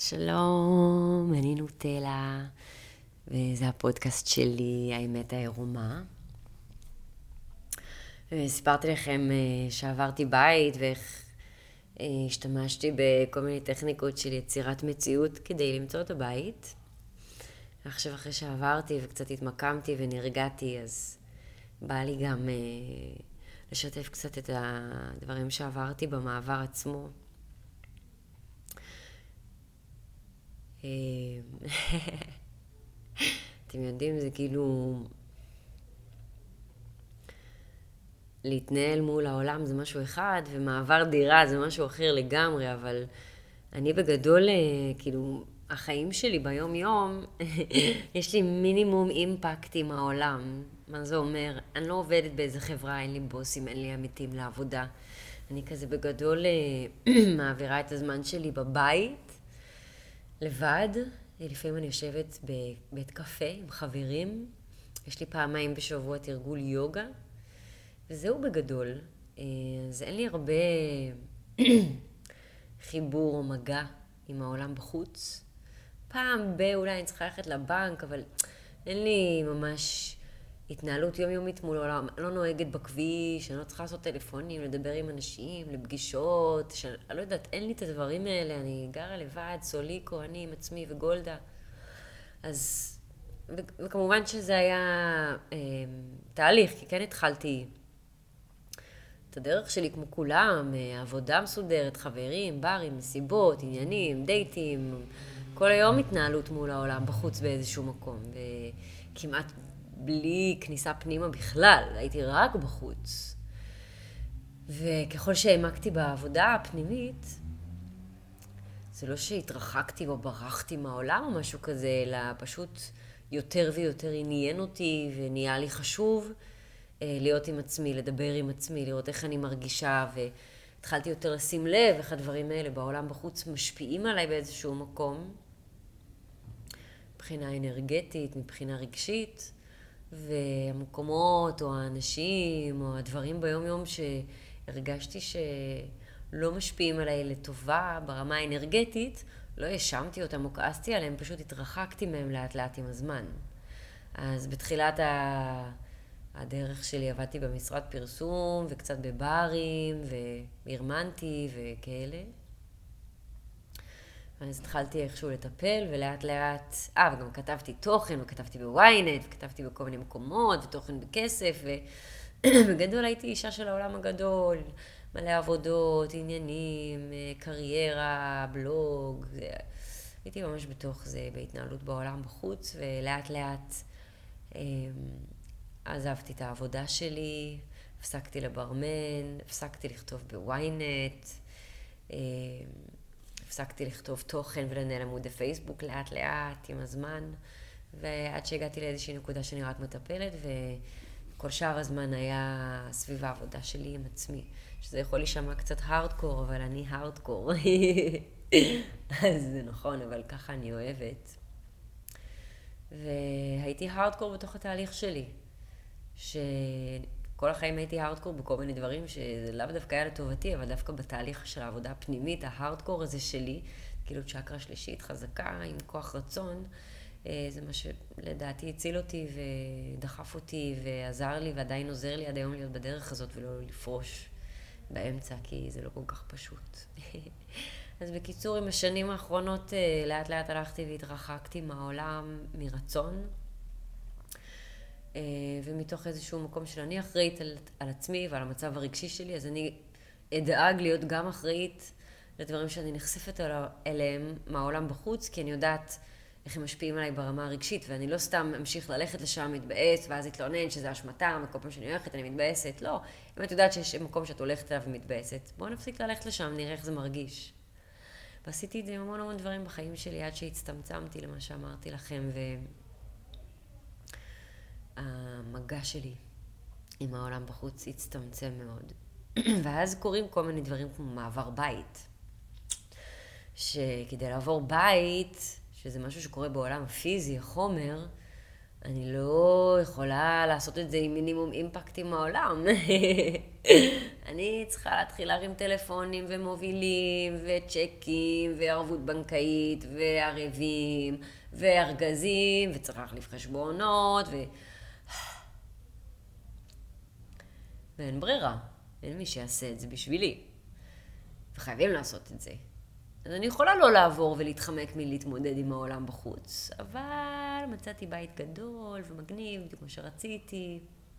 שלום, אני נוטלה, וזה הפודקאסט שלי, האמת העירומה. סיפרתי לכם שעברתי בית ואיך השתמשתי בכל מיני טכניקות של יצירת מציאות כדי למצוא את הבית. עכשיו אחרי שעברתי וקצת התמקמתי ונרגעתי, אז בא לי גם לשתף קצת את הדברים שעברתי במעבר עצמו. אתם יודעים, זה כאילו להתנהל מול העולם זה משהו אחד, ומעבר דירה זה משהו אחר לגמרי, אבל אני בגדול, כאילו, החיים שלי ביום יום, יש לי מינימום אימפקט עם העולם. מה זה אומר? אני לא עובדת באיזה חברה, אין לי בוסים, אין לי עמיתים לעבודה. אני כזה בגדול מעבירה את הזמן שלי בבית, לבד. לפעמים אני יושבת בבית קפה עם חברים. יש לי פעמיים בשבוע תרגול יוגה. וזהו בגדול. אז אין לי הרבה חיבור או מגע עם העולם בחוץ. פעם אולי אני צריכה ללכת לבנק, אבל אין לי ממש התנהלות יומיומית מול העולם. אני לא נוהגת בכביש, אני לא צריכה לעשות טלפונים, לדבר עם אנשים, לפגישות. אני לא יודעת, אין לי את הדברים האלה. אני גרה לבד, סוליקו, אני עם עצמי וגולדה. אז, וכמובן שזה היה תהליך, כי כן התחלתי את הדרך שלי כמו כולם, עבודה מסודרת, חברים, ברים, מסיבות, עניינים, דייטים, כל היום התנהלות מול העולם בחוץ באיזשהו מקום, וכמעט בלי כניסה פנימה בכלל, הייתי רק בחוץ. וככל שהעמקתי בעבודה הפנימית, זה לא שהתרחקתי או ברחתי מהעולם או משהו כזה, אלא פשוט יותר ויותר עניין אותי ונהיה לי חשוב להיות עם עצמי, לדבר עם עצמי, לראות איך אני מרגישה, והתחלתי יותר לשים לב איך הדברים האלה בעולם בחוץ משפיעים עליי באיזשהו מקום, מבחינה אנרגטית, מבחינה רגשית, והמקומות או האנשים או הדברים ביום יום שהרגשתי שלא משפיעים עליי לטובה ברמה האנרגטית, לא האשמתי אותם או כעסתי עליהם, פשוט התרחקתי מהם לאט לאט עם הזמן. אז בתחילת הדרך שלי עבדתי במשרד פרסום וקצת בברים והרמנתי וכאלה. אז התחלתי איכשהו לטפל ולאט לאט, וגם כתבתי תוכן וכתבתי בוויינט וכתבתי בכל מיני מקומות ותוכן בכסף ובגדול הייתי אישה של העולם הגדול, מלא עבודות, עניינים, קריירה, בלוג, הייתי ממש בתוך זה בהתנהלות בעולם בחוץ ולאט לאט עזבתי את העבודה שלי, הפסקתי לברמן, הפסקתי לכתוב בוויינט, הפסקתי לכתוב תוכן ולנהל עמוד הפייסבוק לאט לאט עם הזמן, ועד שהגעתי לאיזושהי נקודה שאני רק מטפלת, וכל שאר הזמן היה סביב העבודה שלי עם עצמי, שזה יכול להישמע קצת הארדקור, אבל אני הארדקור. אז זה נכון, אבל ככה אני אוהבת. והייתי הארדקור בתוך התהליך שלי. שכל החיים הייתי הארדקור בכל מיני דברים שלאו דווקא היה לטובתי, אבל דווקא בתהליך של העבודה הפנימית, ההארדקור הזה שלי, כאילו צ'קרה שלישית חזקה עם כוח רצון, זה מה שלדעתי הציל אותי ודחף אותי ועזר לי ועדיין עוזר לי עד היום להיות בדרך הזאת ולא לפרוש באמצע, כי זה לא כל כך פשוט. אז בקיצור, עם השנים האחרונות לאט לאט הלכתי והתרחקתי מהעולם מרצון, ומתוך איזשהו מקום של אני אחראית על עצמי ועל המצב הרגשי שלי, אז אני אדאג להיות גם אחראית לדברים שאני נחשפת אליהם מהעולם בחוץ, כי אני יודעת איך הם משפיעים עליי ברמה הרגשית, ואני לא סתם אמשיך ללכת לשם, מתבאס, ואז להתלונן שזה אשמתם, וכל פעם שאני הולכת אני מתבאסת. לא, אם את יודעת שיש מקום שאת הולכת אליו ומתבאסת, בואו נפסיק ללכת לשם, נראה איך זה מרגיש. ועשיתי את זה עם המון המון דברים בחיים שלי, עד שהצטמצמתי למה שאמרתי לכם, המגע שלי עם העולם בחוץ הצטמצם מאוד. ואז קורים כל מיני דברים כמו מעבר בית. שכדי לעבור בית, שזה משהו שקורה בעולם הפיזי, החומר, אני לא יכולה לעשות את זה עם מינימום אימפקט עם העולם. אני צריכה להתחיל להרים טלפונים ומובילים וצ'קים וערבות בנקאית וערבים וארגזים וצריך להחליף חשבונות ואין ברירה. אין מי שיעשה את זה בשבילי. וחייבים לעשות את זה. אז אני יכולה לא לעבור ולהתחמק מלהתמודד עם העולם בחוץ, אבל מצאתי בית גדול ומגניב, בדיוק כמו שרציתי.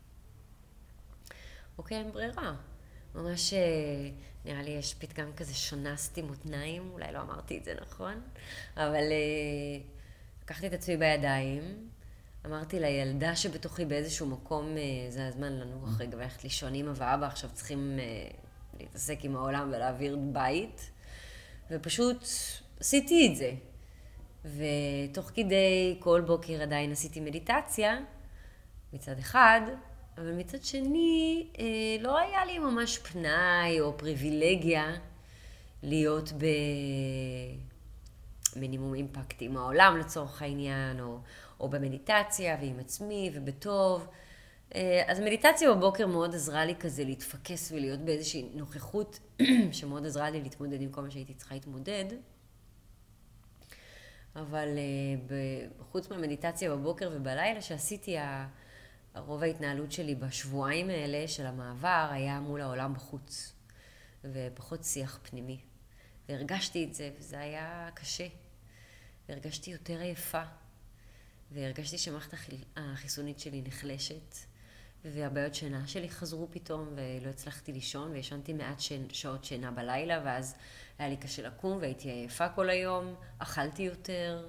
אוקיי, אין ברירה. ממש נראה לי יש פתגם כזה שונסתי מותניים, אולי לא אמרתי את זה נכון, אבל לקחתי את עצמי בידיים, אמרתי לילדה שבתוכי באיזשהו מקום, זה הזמן לנוח רגע וללכת לישון, אמא ואבא עכשיו צריכים להתעסק עם העולם ולהעביר בית, ופשוט עשיתי את זה. ותוך כדי כל בוקר עדיין עשיתי מדיטציה, מצד אחד, אבל מצד שני לא היה לי ממש פנאי או פריבילגיה להיות במינימום אימפקט עם העולם לצורך העניין, או במדיטציה ועם עצמי ובטוב. אז מדיטציה בבוקר מאוד עזרה לי כזה להתפקס ולהיות באיזושהי נוכחות שמאוד עזרה לי להתמודד עם כל מה שהייתי צריכה להתמודד. אבל חוץ מהמדיטציה בבוקר ובלילה שעשיתי, רוב ההתנהלות שלי בשבועיים האלה של המעבר היה מול העולם בחוץ, ופחות שיח פנימי. והרגשתי את זה, וזה היה קשה. והרגשתי יותר עייפה, והרגשתי שמערכת החיסונית שלי נחלשת, והבעיות שינה שלי חזרו פתאום, ולא הצלחתי לישון, וישנתי מעט שעות שינה בלילה, ואז היה לי קשה לקום, והייתי עייפה כל היום, אכלתי יותר.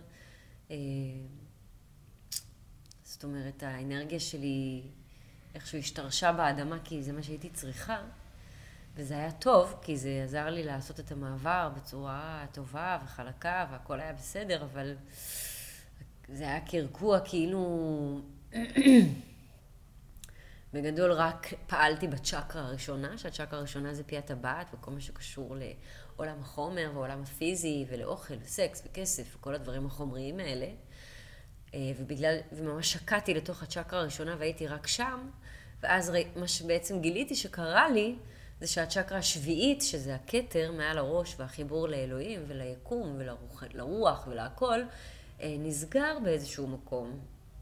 זאת אומרת, האנרגיה שלי איכשהו השתרשה באדמה, כי זה מה שהייתי צריכה, וזה היה טוב, כי זה עזר לי לעשות את המעבר בצורה טובה וחלקה, והכל היה בסדר, אבל זה היה קרקוע, כאילו בגדול רק פעלתי בצ'קרה הראשונה, שהצ'קרה הראשונה זה פי הטבעת, וכל מה שקשור לעולם החומר ועולם הפיזי, ולאוכל וסקס וכסף וכל הדברים החומריים האלה. וממש שקעתי לתוך הצ'קרה הראשונה והייתי רק שם, ואז מה שבעצם גיליתי שקרה לי, זה שהצ'קרה השביעית, שזה הכתר מעל הראש והחיבור לאלוהים וליקום ולרוח ולהכל, נסגר באיזשהו מקום.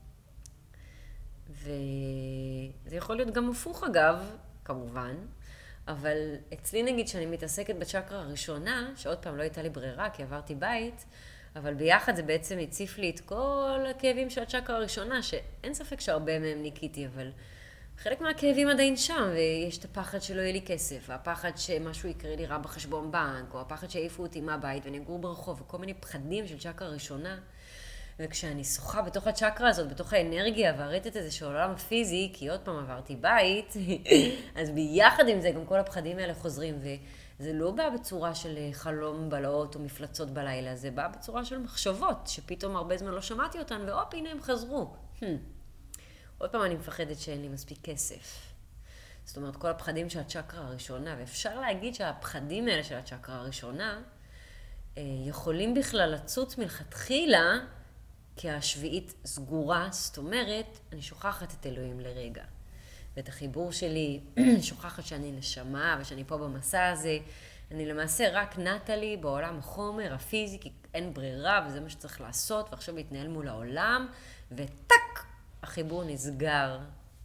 וזה יכול להיות גם הפוך אגב, כמובן, אבל אצלי נגיד שאני מתעסקת בצ'קרה הראשונה, שעוד פעם לא הייתה לי ברירה כי עברתי בית, אבל ביחד זה בעצם הציף לי את כל הכאבים של הצ'קרה הראשונה, שאין ספק שהרבה מהם ניקיתי, אבל חלק מהכאבים עדיין שם, ויש את הפחד שלא יהיה לי כסף, והפחד שמשהו יקרה לי רע בחשבון בנק, או הפחד שיעיפו אותי מהבית ואני אגור ברחוב, וכל מיני פחדים של צ'קרה ראשונה. וכשאני שוחה בתוך הצ'קרה הזאת, בתוך האנרגיה והרטט הזה של העולם הפיזי, כי עוד פעם עברתי בית, אז ביחד עם זה גם כל הפחדים האלה חוזרים, וזה לא בא בצורה של חלום בלעות או מפלצות בלילה, זה בא בצורה של מחשבות, שפתאום הרבה זמן לא שמעתי אותן, ואופ, הנה הם חזרו. עוד פעם אני מפחדת שאין לי מספיק כסף. זאת אומרת, כל הפחדים של הצ'קרה הראשונה, ואפשר להגיד שהפחדים האלה של הצ'קרה הראשונה, יכולים בכלל לצוץ מלכתחילה, כי השביעית סגורה, זאת אומרת, אני שוכחת את אלוהים לרגע. ואת החיבור שלי, אני שוכחת שאני נשמה ושאני פה במסע הזה. אני למעשה רק נתה לי בעולם החומר, הפיזי, כי אין ברירה וזה מה שצריך לעשות, ועכשיו להתנהל מול העולם, וטק, החיבור נסגר.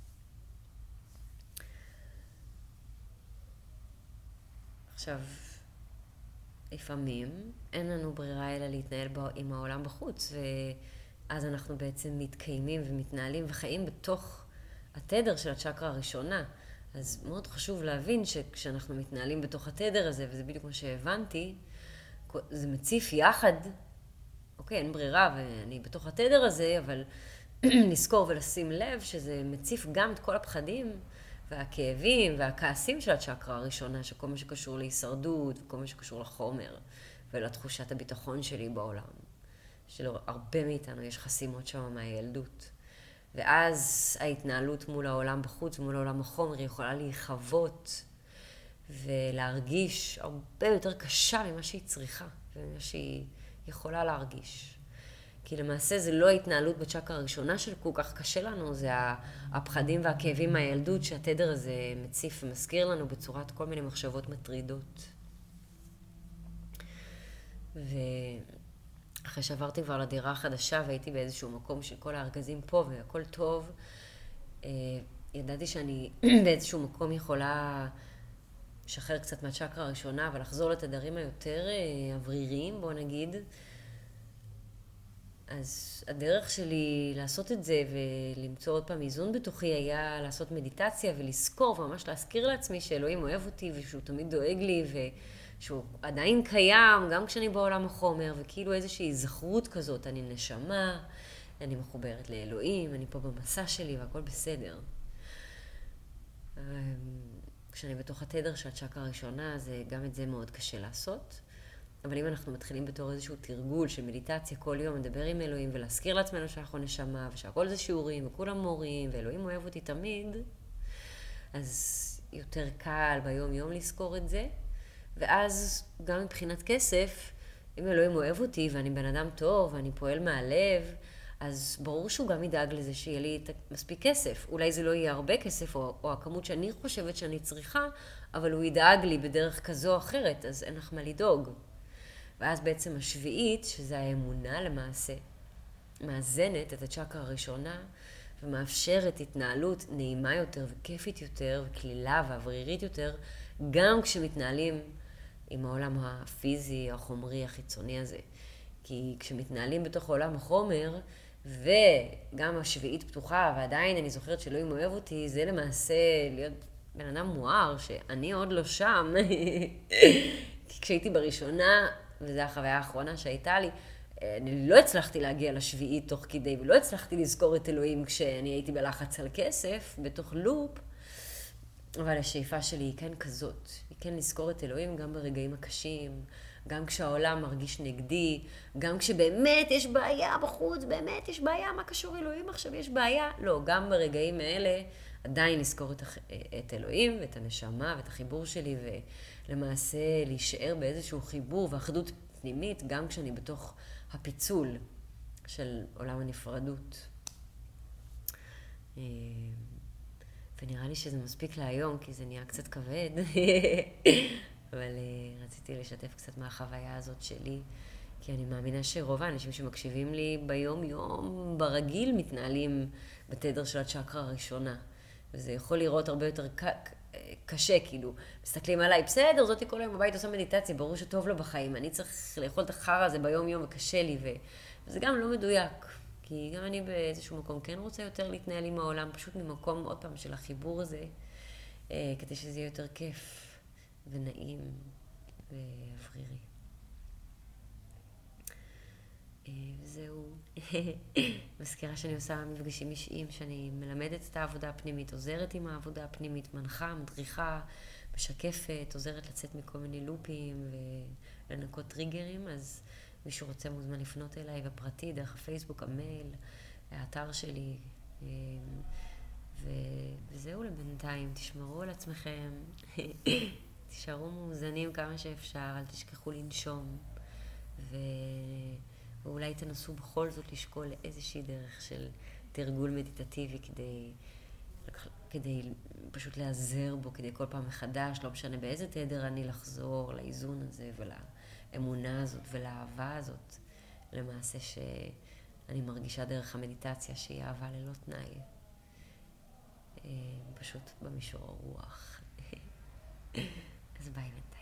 עכשיו, לפעמים אין לנו ברירה אלא להתנהל עם העולם בחוץ, ואז אנחנו בעצם מתקיימים ומתנהלים וחיים בתוך התדר של הצ'קרה הראשונה. אז מאוד חשוב להבין שכשאנחנו מתנהלים בתוך התדר הזה, וזה בדיוק מה שהבנתי, זה מציף יחד, אוקיי, אין ברירה ואני בתוך התדר הזה, אבל לזכור ולשים לב שזה מציף גם את כל הפחדים והכאבים והכעסים של הצ'קרה הראשונה, שכל מה שקשור להישרדות וכל מה שקשור לחומר ולתחושת הביטחון שלי בעולם. שלהרבה מאיתנו יש חסימות שם מהילדות. ואז ההתנהלות מול העולם בחוץ ומול העולם החומר יכולה להיחוות ולהרגיש הרבה יותר קשה ממה שהיא צריכה וממה שהיא יכולה להרגיש. כי למעשה זה לא ההתנהלות בצ'קרה הראשונה שכל כך קשה לנו, זה הפחדים והכאבים מהילדות שהתדר הזה מציף ומזכיר לנו בצורת כל מיני מחשבות מטרידות. ואחרי שעברתי כבר לדירה החדשה והייתי באיזשהו מקום שכל הארגזים פה והכל טוב, ידעתי שאני באיזשהו מקום יכולה לשחרר קצת מהצ'קרה הראשונה ולחזור לתדרים היותר אווריריים, בוא נגיד. אז הדרך שלי לעשות את זה ולמצוא עוד פעם איזון בתוכי היה לעשות מדיטציה ולזכור וממש להזכיר לעצמי שאלוהים אוהב אותי ושהוא תמיד דואג לי ושהוא עדיין קיים גם כשאני בעולם החומר, וכאילו איזושהי זכרות כזאת, אני נשמה, אני מחוברת לאלוהים, אני פה במסע שלי והכל בסדר. כשאני בתוך התדר של הצ'קרה הראשונה, גם את זה מאוד קשה לעשות. אבל אם אנחנו מתחילים בתור איזשהו תרגול של מדיטציה כל יום, לדבר עם אלוהים ולהזכיר לעצמנו שאנחנו נשמה ושהכל זה שיעורים וכולם מורים ואלוהים אוהב אותי תמיד, אז יותר קל ביום יום לזכור את זה. ואז גם מבחינת כסף, אם אלוהים אוהב אותי ואני בן אדם טוב ואני פועל מהלב, אז ברור שהוא גם ידאג לזה שיהיה לי מספיק כסף. אולי זה לא יהיה הרבה כסף או הכמות שאני חושבת שאני צריכה, אבל הוא ידאג לי בדרך כזו או אחרת, אז אין לך מה לדאוג. ואז בעצם השביעית, שזה האמונה למעשה, מאזנת את הצ'קרה הראשונה ומאפשרת התנהלות נעימה יותר וכיפית יותר וכלילה ואוורירית יותר, גם כשמתנהלים עם העולם הפיזי, החומרי, החיצוני הזה. כי כשמתנהלים בתוך עולם החומר, וגם השביעית פתוחה, ועדיין אני זוכרת שאלוהים אוהב אותי, זה למעשה להיות בן אדם מואר, שאני עוד לא שם. כי כשהייתי בראשונה, וזו החוויה האחרונה שהייתה לי, אני לא הצלחתי להגיע לשביעית תוך כדי, ולא הצלחתי לזכור את אלוהים כשאני הייתי בלחץ על כסף, בתוך לופ, אבל השאיפה שלי היא כן כזאת, היא כן לזכור את אלוהים גם ברגעים הקשים, גם כשהעולם מרגיש נגדי, גם כשבאמת יש בעיה בחוץ, באמת יש בעיה, מה קשור אלוהים עכשיו, יש בעיה? לא, גם ברגעים האלה עדיין לזכור את אלוהים ואת הנשמה ואת החיבור שלי, ולמעשה להישאר באיזשהו חיבור ואחדות פנימית, גם כשאני בתוך הפיצול של עולם הנפרדות. ונראה לי שזה מספיק להיום, כי זה נהיה קצת כבד. אבל רציתי לשתף קצת מהחוויה הזאת שלי, כי אני מאמינה שרוב האנשים שמקשיבים לי ביום יום ברגיל מתנהלים בתדר של הצ'קרה הראשונה. וזה יכול לראות הרבה יותר קשה, כאילו, מסתכלים עליי, בסדר, זאתי כל היום בבית עושה מדיטציה, ברור שטוב לו בחיים, אני צריך לאכול את החרא הזה ביום יום וקשה לי, וזה גם לא מדויק. כי גם אני באיזשהו מקום כן רוצה יותר להתנהל עם העולם, פשוט ממקום עוד פעם של החיבור הזה, כדי שזה יהיה יותר כיף ונעים ואוורירי. וזהו. מזכירה שאני עושה מפגשים אישיים, שאני מלמדת את העבודה הפנימית, עוזרת עם העבודה הפנימית, מנחה, מדריכה, משקפת, עוזרת לצאת מכל מיני לופים ולנקות טריגרים, אז מישהו רוצה מוזמן לפנות אליי בפרטי, דרך הפייסבוק, המייל, האתר שלי. וזהו לבינתיים, תשמרו על עצמכם, תישארו מאוזנים כמה שאפשר, אל תשכחו לנשום, ואולי תנסו בכל זאת לשקול איזושהי דרך של תרגול מדיטטיבי כדי פשוט להיעזר בו, כדי כל פעם מחדש, לא משנה באיזה תדר אני לחזור לאיזון הזה ולאמונה הזאת ולאהבה הזאת, למעשה שאני מרגישה דרך המדיטציה שהיא אהבה ללא תנאי, פשוט במישור הרוח. אז ביי בינתיים.